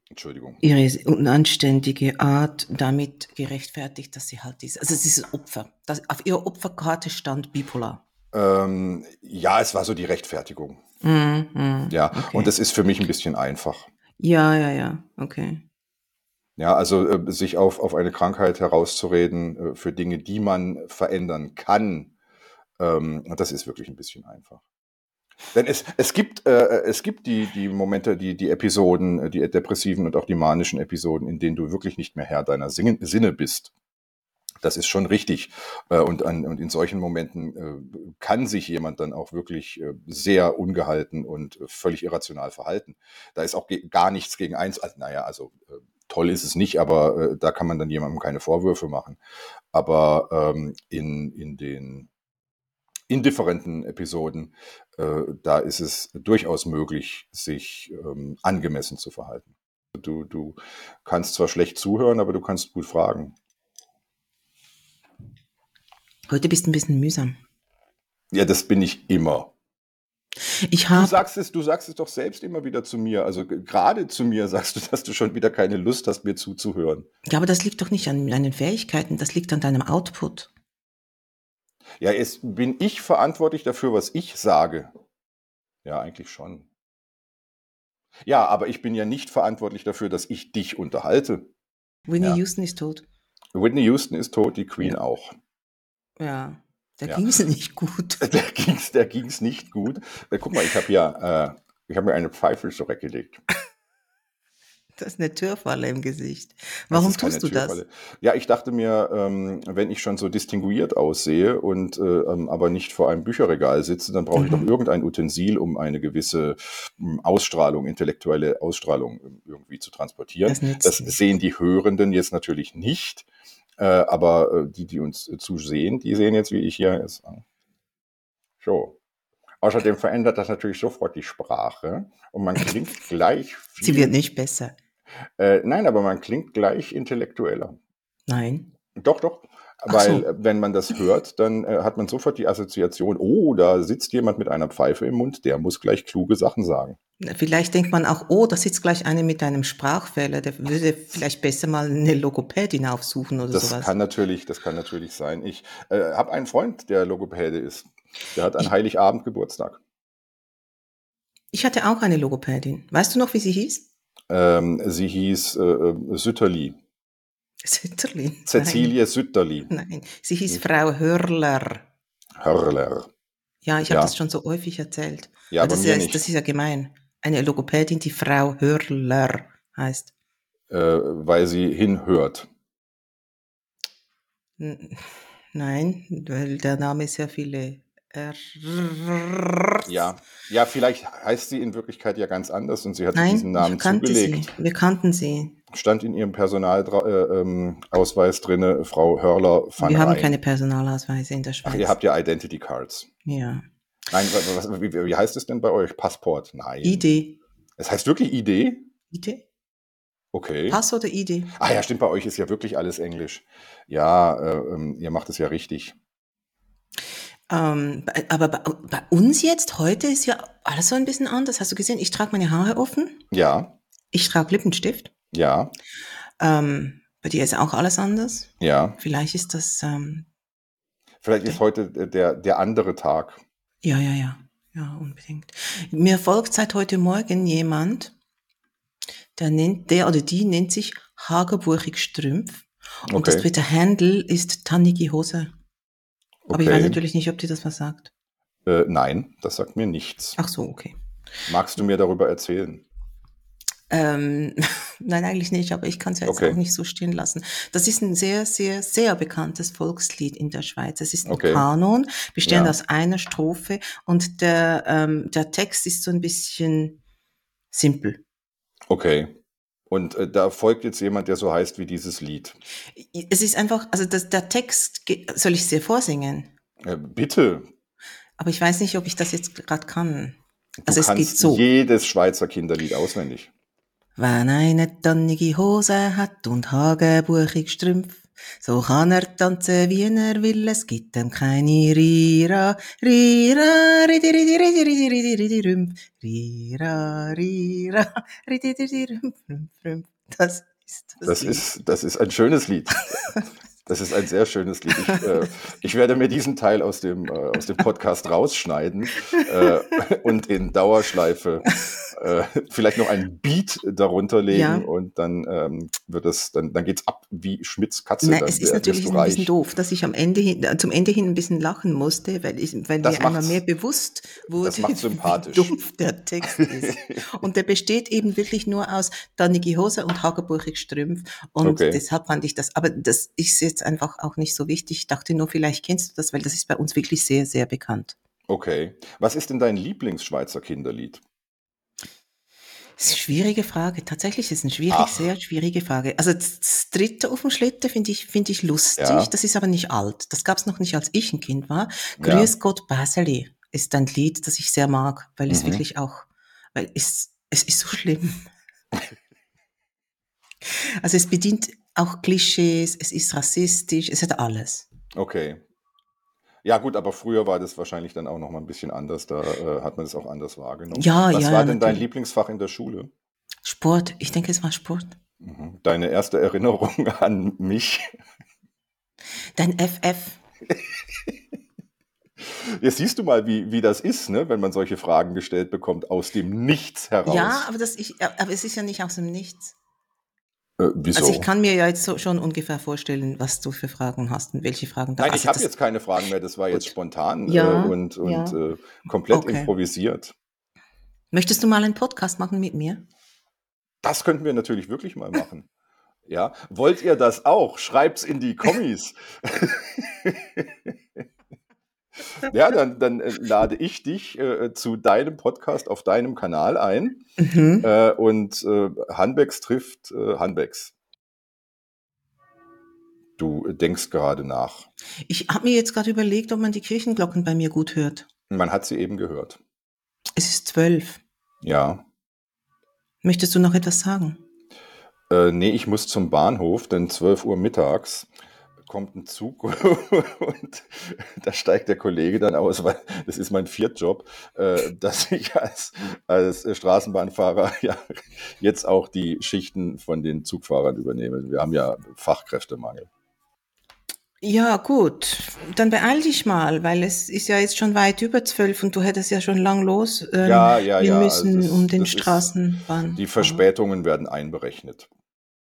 Entschuldigung. ihre unanständige Art damit gerechtfertigt, dass sie halt diese, also es ist ein Opfer. Das, auf ihrer Opferkarte stand bipolar. Ähm, ja, es war so die Rechtfertigung. Mm, mm, Ja, okay. und das ist für mich ein bisschen einfach. Ja, ja, ja, okay. Ja, also äh, sich auf, auf eine Krankheit herauszureden äh, für Dinge, die man verändern kann, ähm, das ist wirklich ein bisschen einfach. Denn es, es gibt, äh, es gibt die, die Momente, die, die Episoden, äh, die depressiven und auch die manischen Episoden, in denen du wirklich nicht mehr Herr deiner Singen, Sinne bist. Das ist schon richtig. Äh, und, an, und in solchen Momenten äh, kann sich jemand dann auch wirklich äh, sehr ungehalten und äh, völlig irrational verhalten. Da ist auch ge- gar nichts gegen eins. Also, naja, also äh, toll ist es nicht, aber äh, da kann man dann jemandem keine Vorwürfe machen. Aber ähm, in, in den indifferenten Episoden, äh, da ist es durchaus möglich, sich ähm, angemessen zu verhalten. Du, du kannst zwar schlecht zuhören, aber du kannst gut fragen. Heute bist du ein bisschen mühsam. Ja, das bin ich immer. Ich Du habe, sagst es, du sagst es doch selbst immer wieder zu mir. Also g- gerade zu mir sagst du, dass du schon wieder keine Lust hast, mir zuzuhören. ja, aber das liegt doch nicht an deinen Fähigkeiten, das liegt an deinem Output. Ja, jetzt bin ich verantwortlich dafür, was ich sage. Ja, eigentlich schon. Ja, aber ich bin ja nicht verantwortlich dafür, dass ich dich unterhalte. Whitney Ja. Houston ist tot. Whitney Houston ist tot, die Queen Ja. auch. Ja, da Ja. ging es nicht gut. Der ging's, der ging's nicht gut. Äh, guck mal, ich habe ja, äh, ich habe mir eine Pfeife zurückgelegt. Das ist eine Türfalle im Gesicht. Das Warum ist keine tust du das? Türfalle. Ja, ich dachte mir, ähm, wenn ich schon so distinguiert aussehe und äh, ähm, aber nicht vor einem Bücherregal sitze, dann brauche ich doch Mhm. irgendein Utensil, um eine gewisse ähm, Ausstrahlung, intellektuelle Ausstrahlung ähm, irgendwie zu transportieren. Das nützt Das nicht. sehen die Hörenden jetzt natürlich nicht, äh, aber äh, die, die uns äh, zusehen, die sehen jetzt, wie ich hier ist. So. Außerdem verändert das natürlich sofort die Sprache und man klingt gleich viel. Sie wird nicht besser. Äh, nein, aber man klingt gleich intellektueller. Nein. Doch, doch. Ach Weil, so. äh, wenn man das hört, dann äh, hat man sofort die Assoziation, oh, da sitzt jemand mit einer Pfeife im Mund, der muss gleich kluge Sachen sagen. Vielleicht denkt man auch, oh, da sitzt gleich eine mit einem Sprachfehler, der würde vielleicht besser mal eine Logopädin aufsuchen oder Das sowas. kann natürlich, das kann natürlich sein. Ich äh, habe einen Freund, der Logopäde ist. Der hat an Ich- Heiligabend Geburtstag. Ich hatte auch eine Logopädin. Weißt du noch, wie sie hieß? Ähm, sie hieß äh, äh, Sütterli. Sütterlin. Cäcilie Sütterli. Nein. Nein, sie hieß Nicht? Frau Hörler. Hörler. Ja, ich habe Ja. das schon so häufig erzählt. Ja, Weil bei das, mir ist, nicht. das ist ja gemein. Eine Logopädin, die Frau Hörler heißt. Äh, weil sie hinhört. N- Nein, weil der Name sehr viele R. Ja. Ja, vielleicht heißt sie in Wirklichkeit ja ganz anders und sie hat sich Nein, diesen Namen ich kannte zugelegt. sie. Wir kannten sie. Stand in ihrem Personalausweis äh, drinne, Frau Hörler van Wir haben Rijn. keine Personalausweise in der Schweiz. Ach, ihr habt ja Identity Cards. Ja. Nein, was, was, wie, wie heißt es denn bei euch? Passport? Nein. I D. Es heißt wirklich I D? I D? Okay. Pass oder I D? Ah ja, stimmt, bei euch ist ja wirklich alles Englisch. Ja, äh, ähm, ihr macht es ja richtig. Ähm, bei- aber bei, bei uns jetzt, heute ist ja alles so ein bisschen anders. Hast du gesehen, ich trage meine Haare offen. Ja, Ich trage Lippenstift. ja, Ähm, bei dir ist auch alles anders. ja. Vielleicht ist das, ähm, Vielleicht ist heute der, der andere Tag. ja, ja, ja, ja, unbedingt. Mir folgt seit heute Morgen jemand, der nennt, der oder die nennt sich Hagebuchig Strümpf. Und das Okay. Twitter-Handle ist Tannige Hose. Aber ich weiß Okay. natürlich nicht, ob dir das was sagt. Äh, nein, das sagt mir nichts. Ach so, okay. Magst du mir darüber erzählen? Ähm, nein, eigentlich nicht, aber ich kann es ja jetzt Okay. auch nicht so stehen lassen. Das ist ein sehr, sehr, sehr bekanntes Volkslied in der Schweiz. Es ist ein Okay. Kanon, bestehend Ja. aus einer Strophe und der, ähm, der Text ist so ein bisschen simpel. Okay. Und äh, da folgt jetzt jemand, der so heißt wie dieses Lied. Es ist einfach, also das, der Text, ge- soll ich es dir vorsingen? Äh, bitte, Aber ich weiß nicht, ob ich das jetzt gerade kann. du Also es geht kannst so. jedes Schweizer Kinderlied auswendig. Wenn eine tannige Hose hat und hagebuchig Strümpf, so kann er tanzen, wie er will, es gibt ihm keine Rira, Rira, Ridi, Ridi, Ridi, Ridi, Ridi, Ridi, Rümpf, Rira, Rira. Das ist das Das Lied. ist, das ist ein schönes Lied. Das ist ein sehr schönes Lied. Ich, äh, ich werde mir diesen Teil aus dem, äh, aus dem Podcast rausschneiden äh, und in Dauerschleife äh, vielleicht noch ein Beat darunter legen Ja. und dann ähm, wird es, dann, dann geht's ab wie Schmitz Katze. Nein, Dann es ist wär- natürlich wirst du ein bisschen reich. doof, dass ich am Ende hin, äh, zum Ende hin ein bisschen lachen musste, weil, ich, weil Das mir einmal macht's- mehr bewusst wurde, das macht's wie sympathisch. doof der Text ist. Und der besteht eben wirklich nur aus Dannige Hose und Hagebuchig Strümpf. Und Okay. deshalb fand ich das, aber das ist jetzt einfach auch nicht so wichtig. Ich dachte nur, vielleicht kennst du das, weil das ist bei uns wirklich sehr, sehr bekannt. Okay. Was ist denn dein Lieblingsschweizer Kinderlied? Das ist eine schwierige Frage. Tatsächlich ist es eine schwierige, Ach. sehr schwierige Frage. Also das, das dritte auf dem Schlitten finde ich, finde ich lustig. Ja. Das ist aber nicht alt. Das gab es noch nicht, als ich ein Kind war. Ja. Grüß Gott, Baseli ist ein Lied, das ich sehr mag, weil es Mhm. wirklich auch, weil es, es ist so schlimm. Also es bedient auch Klischees, es ist rassistisch, es hat alles. Okay. Ja gut, aber früher war das wahrscheinlich dann auch noch mal ein bisschen anders. Da äh, hat man das auch anders wahrgenommen. Ja, Was ja, war ja, denn dein natürlich. Lieblingsfach in der Schule? Sport, ich denke, es war Sport. Mhm. Deine erste Erinnerung an mich? Dein F F. Jetzt siehst du mal, wie, wie das ist, ne, wenn man solche Fragen gestellt bekommt, aus dem Nichts heraus. Ja, aber, das ich, aber es ist ja nicht aus dem Nichts. Äh, wieso? Also ich kann mir ja jetzt so schon ungefähr vorstellen, was du für Fragen hast und welche Fragen da Nein, also ich habe das- jetzt keine Fragen mehr. Das war jetzt Gut. spontan Ja, äh, und, und ja. äh, komplett Okay. improvisiert. Möchtest du mal einen Podcast machen mit mir? Das könnten wir natürlich wirklich mal machen. Ja, wollt ihr das auch? Schreibt's in die Kommis. Ja, dann, dann äh, lade ich dich äh, zu deinem Podcast auf deinem Kanal ein Mhm. äh, und äh, Hanbecks trifft äh, Hanbecks. Du denkst gerade nach. Ich habe mir jetzt gerade überlegt, ob man die Kirchenglocken bei mir gut hört. Man hat sie eben gehört. Es ist zwölf. Ja. Möchtest du noch etwas sagen? Äh, nee, ich muss zum Bahnhof, denn zwölf Uhr mittags kommt ein Zug und da steigt der Kollege dann aus, weil das ist mein Viertjob, äh, dass ich als, als Straßenbahnfahrer ja jetzt auch die Schichten von den Zugfahrern übernehme. Wir haben ja Fachkräftemangel. Ja, gut. Dann beeil dich mal, weil es ist ja jetzt schon weit über zwölf und du hättest ja schon lang los ähm, Ja, ja, gehen ja, müssen also das- um den das ist- Straßenbahn. Die Verspätungen werden einberechnet.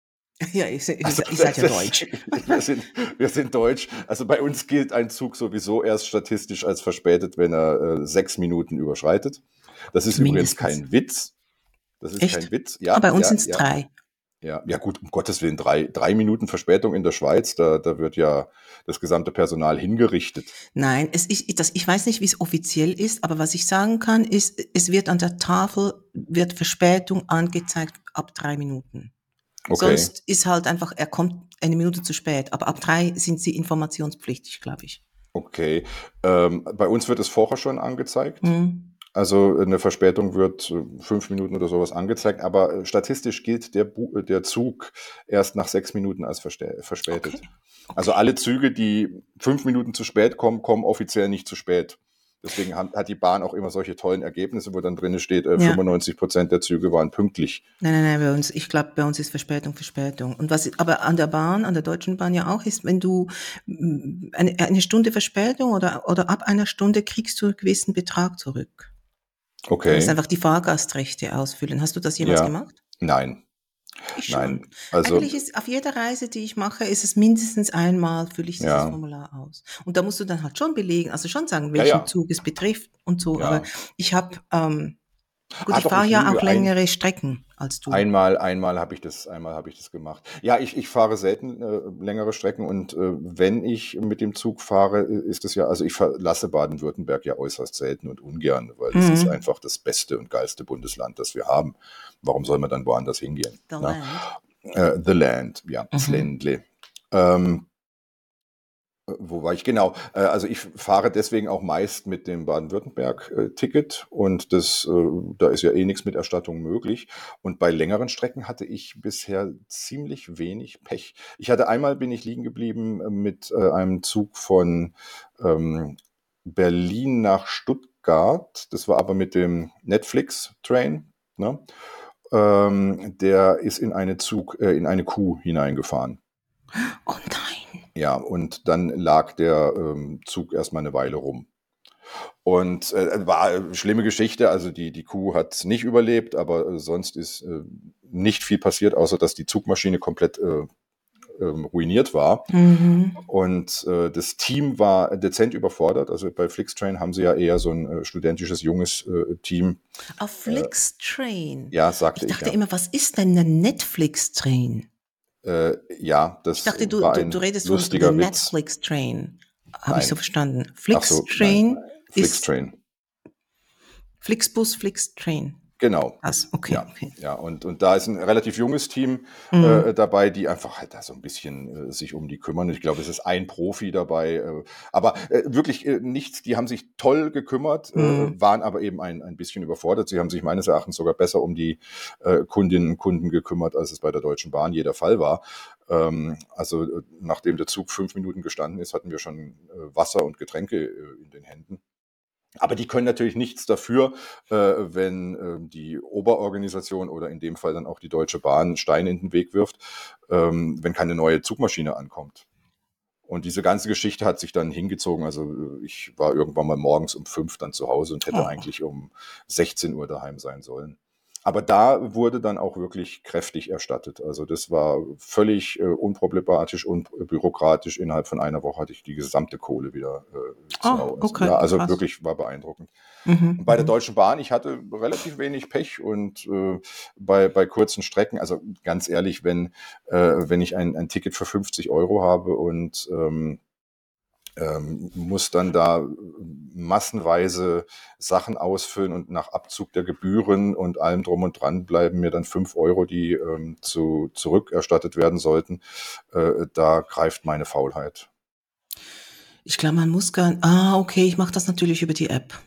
Ja, ihr, ihr, Also, ihr seid ja das- deutsch. Wir sind, wir sind deutsch. Also bei uns gilt ein Zug sowieso erst statistisch als verspätet, wenn er äh, sechs Minuten überschreitet. Das ist übrigens Mindestens. kein Witz. Das ist Echt? kein Witz. Ja, Ah, bei uns ja, sind es ja, drei. Ja, ja gut, um Gottes Willen, drei, drei Minuten Verspätung in der Schweiz, da, da wird ja das gesamte Personal hingerichtet. Nein, es ist, das, ich weiß nicht, wie es offiziell ist, aber was ich sagen kann, ist, es wird an der Tafel, wird Verspätung angezeigt ab drei Minuten. Okay. Sonst ist halt einfach, er kommt eine Minute zu spät. Aber ab drei sind sie informationspflichtig, glaube ich. Okay. Ähm, bei uns wird es vorher schon angezeigt. Mhm. Also eine Verspätung wird äh, fünf Minuten oder sowas angezeigt, aber äh, statistisch gilt der, Bu der Zug erst nach sechs Minuten als verste- verspätet. Okay. Also alle Züge, die fünf Minuten zu spät kommen, kommen offiziell nicht zu spät. Deswegen hat, hat die Bahn auch immer solche tollen Ergebnisse, wo dann drin steht, äh, Ja. fünfundneunzig Prozent der Züge waren pünktlich. Nein, nein, nein, bei uns, ich glaube, bei uns ist Verspätung Verspätung. Und was aber an der Bahn, an der Deutschen Bahn ja auch ist, wenn du mm, eine, eine Stunde Verspätung oder, oder ab einer Stunde kriegst du einen gewissen Betrag zurück. Du Okay. musst einfach die Fahrgastrechte ausfüllen. Hast du das jemals Ja. gemacht? Nein, Ich schon. nein. Also Eigentlich ist auf jeder Reise, die ich mache, ist es mindestens einmal, fülle ich dieses Ja. Formular aus. Und da musst du dann halt schon belegen, also schon sagen, Ja, welchen ja. Zug es betrifft und so. Ja. Aber ich habe, ähm, gut, Ah, ich doch, fahre ich ja lüge. auch längere Strecken als du. Einmal, einmal habe ich das, einmal habe ich das gemacht. Ja, ich, ich fahre selten äh, längere Strecken und äh, wenn ich mit dem Zug fahre, äh, ist es ja, also ich verlasse Baden-Württemberg ja äußerst selten und ungern, weil es Mhm. ist einfach das beste und geilste Bundesland, das wir haben. Warum soll man dann woanders hingehen? The Na? Land. Äh, the Land, ja, das Mhm. Ländle. Ähm, äh, wo war ich? Genau. Äh, also ich fahre deswegen auch meist mit dem Baden-Württemberg-Ticket und das, äh, da ist ja eh nichts mit Erstattung möglich. Und bei längeren Strecken hatte ich bisher ziemlich wenig Pech. Ich hatte einmal bin ich liegen geblieben äh, mit äh, einem Zug von ähm, Berlin nach Stuttgart. Das war aber mit dem Netflix-Train, ne? ähm, der ist in eine Zug, äh, in eine Kuh hineingefahren. Oh nein. Ja, und dann lag der ähm, Zug erstmal eine Weile rum. Und äh, war eine schlimme Geschichte, also die, die Kuh hat nicht überlebt, aber äh, sonst ist äh, nicht viel passiert, außer dass die Zugmaschine komplett äh, ähm, ruiniert war. Mhm. Und äh, das Team war dezent überfordert. Also bei Flixtrain haben sie ja eher so ein äh, studentisches, junges äh, Team. Auf Flixtrain. Ja, sagte Ich ich, dachte ja. immer, was ist denn ein Netflix-Train? Äh, ja, das Ich dachte, du, war du, ein du redest von lustiger der Witz. Netflix-Train. Habe ich Nein. so verstanden. Ach so, Flixtrain nein. ist Flixtrain. Flixbus, Flixtrain. Genau. Was? Okay, Ja, okay. ja, und, und da ist ein relativ junges Team Mhm. äh, dabei, die einfach halt da so ein bisschen äh, sich um die kümmern. Ich glaube, es ist ein Profi dabei, äh, aber äh, wirklich äh, nichts. Die haben sich toll gekümmert, äh, Mhm. waren aber eben ein, ein bisschen überfordert. Sie haben sich meines Erachtens sogar besser um die äh, Kundinnen und Kunden gekümmert, als es bei der Deutschen Bahn je der Fall war. Ähm, also äh, nachdem der Zug fünf Minuten gestanden ist, hatten wir schon äh, Wasser und Getränke äh, in den Händen. Aber die können natürlich nichts dafür, äh, wenn äh, die Oberorganisation oder in dem Fall dann auch die Deutsche Bahn Steine in den Weg wirft, ähm, wenn keine neue Zugmaschine ankommt. Und diese ganze Geschichte hat sich dann hingezogen. Also äh, ich war irgendwann mal morgens um fünf dann zu Hause und hätte Oh. eigentlich um sechzehn Uhr daheim sein sollen. Aber da wurde dann auch wirklich kräftig erstattet. Also das war völlig äh, unproblematisch und bürokratisch. Innerhalb von einer Woche hatte ich die gesamte Kohle wieder äh, zu Oh, Hause. okay, Ja, also krass. wirklich war beeindruckend. Mhm. Und bei der Mhm. Deutschen Bahn, ich hatte relativ wenig Pech und äh, bei, bei kurzen Strecken, also ganz ehrlich, wenn, äh, wenn ich ein, ein Ticket für fünfzig Euro habe und ähm, ähm, muss dann da massenweise Sachen ausfüllen und nach Abzug der Gebühren und allem drum und dran bleiben mir dann fünf Euro, die ähm, zu, zurückerstattet werden sollten. Äh, da greift meine Faulheit. Ich glaube, man muss gar Ah, okay, ich mache das natürlich über die App.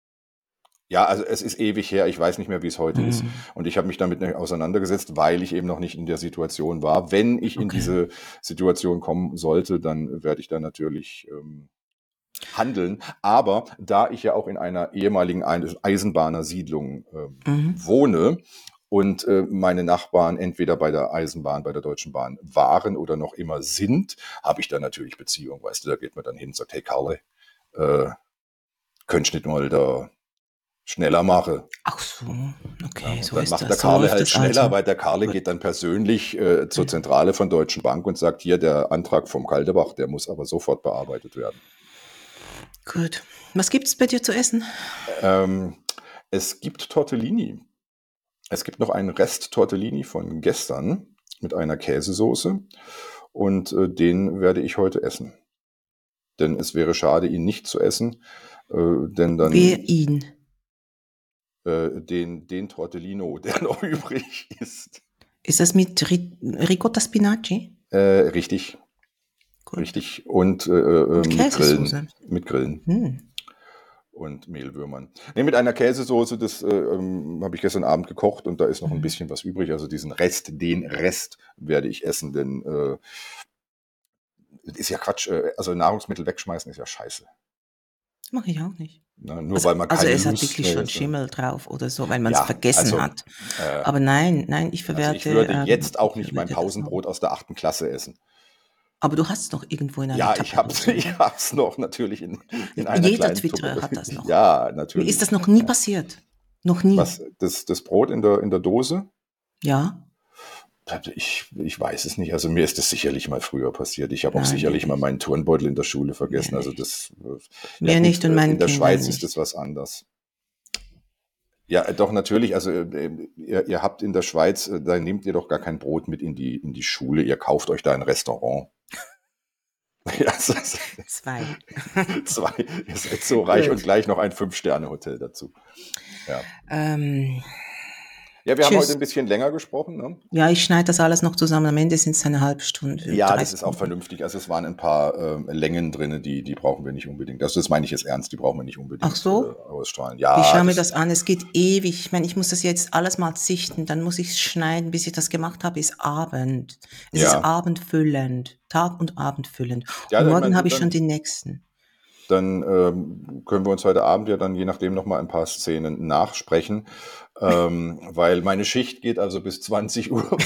Ja, also es ist ewig her, ich weiß nicht mehr, wie es heute ist. Mhm. Und ich habe mich damit nicht auseinandergesetzt, weil ich eben noch nicht in der Situation war. Wenn ich in Okay. diese Situation kommen sollte, dann werde ich da natürlich ähm, handeln. Aber da ich ja auch in einer ehemaligen Eis- Eisenbahnersiedlung ähm, Mhm. wohne und äh, meine Nachbarn entweder bei der Eisenbahn, bei der Deutschen Bahn waren oder noch immer sind, habe ich da natürlich Beziehung. Weißt du, da geht man dann hin und sagt, hey Karle, äh, könntest nicht mal da schneller machen. Ach so, Ja, okay, und so dann ist macht der das. So Karle läuft halt es schneller, also. weil der Karle Gut. geht dann persönlich äh, zur Zentrale von Deutschen Bank und sagt, hier, der Antrag vom Kaldebach, der muss aber sofort bearbeitet werden. Gut. Was gibt's bei dir zu essen? Ähm, es gibt Tortellini. Es gibt noch einen Rest Tortellini von gestern mit einer Käsesoße und äh, den werde ich heute essen. Denn es wäre schade, ihn nicht zu essen, äh, denn dann Wer ihn? äh, den, den Tortellino, der noch übrig ist. Ist das mit Ri Ricotta Spinaci? Äh, richtig, Gut. richtig. Und äh, äh, Und mit Käsesoße. Grillen. Mit Grillen. Hm. Und Mehlwürmern. Nee, mit einer Käsesoße, das äh, ähm, habe ich gestern Abend gekocht und da ist noch ein Mhm. bisschen was übrig. Also diesen Rest, den Rest werde ich essen, denn äh, ist ja Quatsch. Äh, also Nahrungsmittel wegschmeißen ist ja scheiße. Das mache ich auch nicht. Na, nur Also, weil man also keine es hat Lust wirklich mehr schon ist. Schimmel drauf oder so, weil man es Ja, vergessen also, hat. äh, Aber nein, nein, ich also verwerte. ich würde ähm, jetzt auch ich nicht mein verwerte das noch. Pausenbrot aus der achten Klasse essen. Aber du hast es doch irgendwo in einer Ja, ich hab's, Tupperdose, ich oder? hab's noch natürlich in, in einer Jeder kleinen Twitterer Tuppe. hat das noch. Ja, Mir natürlich. ist das noch nie passiert. Noch nie. Was, das, das Brot in der, in der Dose? Ja? Ich, ich weiß es nicht. Also mir ist das sicherlich mal früher passiert. Ich habe auch Nein, mir sicherlich mal nicht. meinen Turnbeutel in der Schule vergessen. Mir Also nicht. das, äh, ja Mir gut, nicht und äh, meinen in der Kindern Schweiz ist nicht. das was anders. Ja, äh, doch natürlich. Also äh, ihr, ihr habt in der Schweiz, äh, da nehmt ihr doch gar kein Brot mit in die, in die Schule. Ihr kauft euch da ein Restaurant. Ja, das ist- Zwei. zwei. Ihr seid so reich Gut. und gleich noch ein Fünf-Sterne-Hotel dazu. Ja. Ähm, Ja, wir haben heute tschüss. ein bisschen länger gesprochen, ne? Ja, ich schneide das alles noch zusammen. Am Ende sind es eine halbe Stunde. Ja, drei das ist auch Stunden. vernünftig. Also es waren ein paar ähm, Längen drin, die, die brauchen wir nicht unbedingt. Also das meine ich jetzt ernst, die brauchen wir nicht unbedingt Ach so? äh, ausstrahlen. Ich Ja, schaue mir das, das an. Es geht ewig. Ich meine, ich muss das jetzt alles mal sichten. Dann muss ich es schneiden. Bis ich das gemacht habe, ist Abend. Es ist ja. abendfüllend. Tag und Abend füllend. Ja, Und dann, morgen dann, habe ich schon dann, die nächsten. dann ähm, können wir uns heute Abend ja dann je nachdem nochmal ein paar Szenen nachsprechen, ähm, weil meine Schicht geht also bis zwanzig Uhr.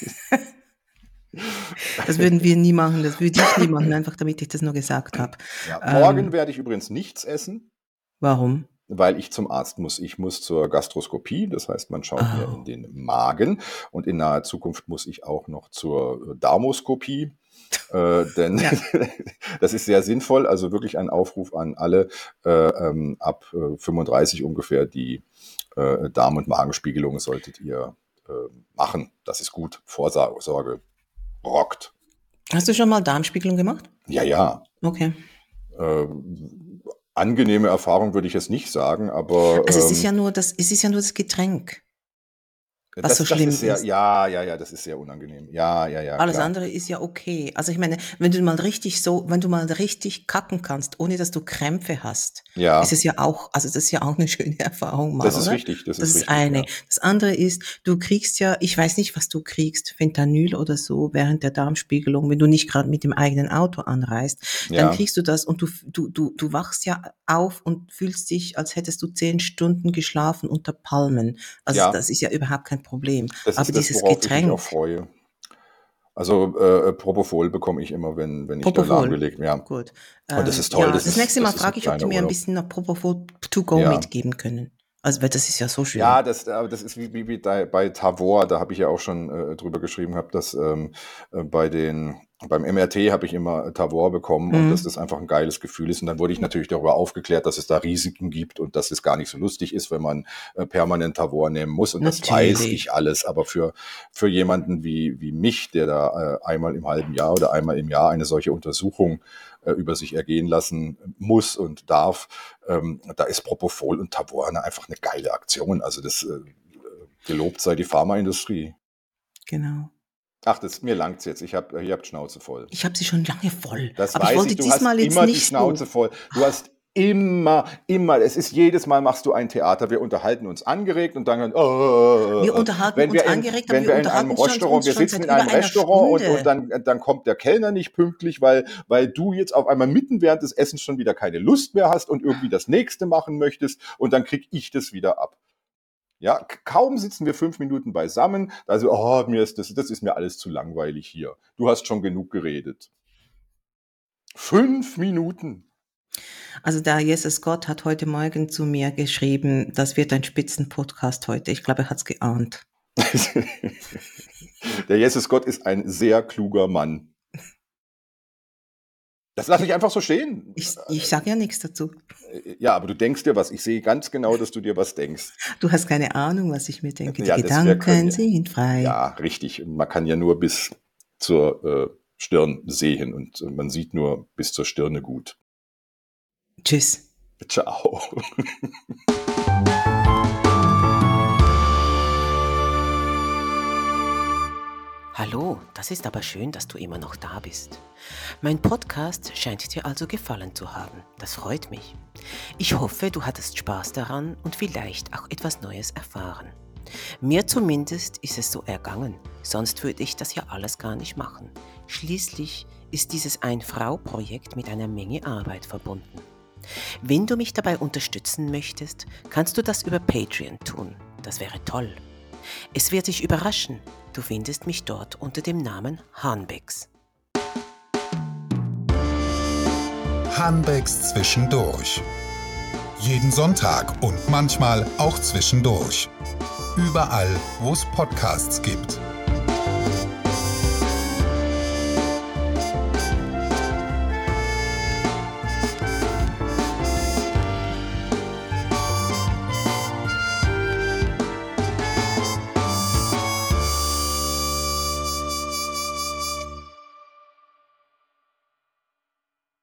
Das würden wir nie machen, das würde ich nie machen, einfach damit ich das nur gesagt habe. Ja, morgen Ähm, werde ich übrigens nichts essen, warum? weil ich zum Arzt muss. Ich muss zur Gastroskopie, das heißt, man schaut mir Oh. in den Magen, und in naher Zukunft muss ich auch noch zur Darmoskopie. Äh, denn Ja. das ist sehr sinnvoll, also wirklich ein Aufruf an alle äh, ähm, ab äh, fünfunddreißig ungefähr, die äh, Darm- und Magenspiegelung solltet ihr äh, machen. Das ist gut. Vorsorge rockt. Hast du schon mal Darmspiegelung gemacht? Ja, ja. Okay. Äh, angenehme Erfahrung würde ich jetzt nicht sagen, aber Also es ähm, ist ja nur das, es ist ja nur das Getränk, was das, so das schlimm ist sehr, ist. ja, ja, ja, das ist sehr unangenehm. Ja, ja, ja, Alles klar. andere ist ja okay. Also ich meine, wenn du mal richtig so, wenn du mal richtig kacken kannst, ohne dass du Krämpfe hast, Ja. ist es ja auch, also das ist ja auch eine schöne Erfahrung mal, Das ist oder? richtig, das Das ist ist richtig, eine. ja. Das andere ist, du kriegst ja, ich weiß nicht, was du kriegst, Fentanyl oder so während der Darmspiegelung, wenn du nicht gerade mit dem eigenen Auto anreist, dann Ja. kriegst du das und du, du, du, du wachst ja auf und fühlst dich, als hättest du zehn Stunden geschlafen unter Palmen. Also Ja. das ist ja überhaupt kein Problem. Das Aber ist das, dieses worauf ich mich auch Getränk, freue. Also äh, Propofol bekomme ich immer, wenn, wenn ich da Propofol. lahmgelegt ja. Gut. Und das Ähm, ist toll. ja, das, das ist, nächste Mal das ist ein frage ich, ob du kleiner mir ein Urlaub. bisschen noch Propofol to go Ja. mitgeben können. Also, weil das ist ja so schön. Ja, das, aber das ist wie, wie, wie da, bei Tavor, da habe ich ja auch schon äh, drüber geschrieben gehabt, dass ähm, äh, bei den, beim M R T habe ich immer Tavor bekommen und Mhm. dass das einfach ein geiles Gefühl ist. Und dann wurde ich natürlich darüber aufgeklärt, dass es da Risiken gibt und dass es gar nicht so lustig ist, wenn man äh, permanent Tavor nehmen muss. Und das weiß Natürlich. ich alles. Aber für, für jemanden wie, wie mich, der da äh, einmal im halben Jahr oder einmal im Jahr eine solche Untersuchung äh, über sich ergehen lassen muss und darf, ähm, da ist Propofol und Tavor eine, einfach eine geile Aktion. Also das äh, gelobt sei die Pharmaindustrie. Genau. Ach, das mir langt's jetzt. Ich hab, ihr habt Schnauze voll. Ich habe sie schon lange voll. Das Aber ich weiß wollte ich. Du hast diesmal jetzt immer die nicht Schnauze so. voll. Du hast immer, immer. Es ist jedes Mal machst du ein Theater. Wir unterhalten uns angeregt und dann. Oh, Wir unterhalten wenn uns wir in, angeregt, aber wenn wir wir in unterhalten einem uns schon, Restaurant, uns wir schon sitzen seit in über einem einer Restaurant und, Stunde. und dann, dann kommt der Kellner nicht pünktlich, weil, weil du jetzt auf einmal mitten während des Essens schon wieder keine Lust mehr hast und irgendwie das nächste machen möchtest und dann krieg ich das wieder ab. Ja, k- kaum sitzen wir fünf Minuten beisammen, also, oh, mir ist das, das ist mir alles zu langweilig hier. Du hast schon genug geredet. Fünf Minuten. Also der Jesus Gott hat heute Morgen zu mir geschrieben, das wird ein Spitzenpodcast heute. Ich glaube, er hat's geahnt. Der Jesus Gott ist ein sehr kluger Mann. Das lasse ich einfach so stehen. Ich, ich sage ja nichts dazu. Ja, aber du denkst dir was. Ich sehe ganz genau, dass du dir was denkst. Du hast keine Ahnung, was ich mir denke. Die Ja, das wär- Gedanken können ja- sind frei. Ja, richtig. Man kann ja nur bis zur äh, Stirn sehen und äh, man sieht nur bis zur Stirne gut. Tschüss. Ciao. Hallo, das ist aber schön, dass du immer noch da bist. Mein Podcast scheint dir also gefallen zu haben. Das freut mich. Ich hoffe, du hattest Spaß daran und vielleicht auch etwas Neues erfahren. Mir zumindest ist es so ergangen, sonst würde ich das ja alles gar nicht machen. Schließlich ist dieses Ein-Frau-Projekt mit einer Menge Arbeit verbunden. Wenn du mich dabei unterstützen möchtest, kannst du das über Patreon tun. Das wäre toll. Es wird dich überraschen, du findest mich dort unter dem Namen Hanbecks. Hanbecks zwischendurch. Jeden Sonntag und manchmal auch zwischendurch. Überall, wo es Podcasts gibt.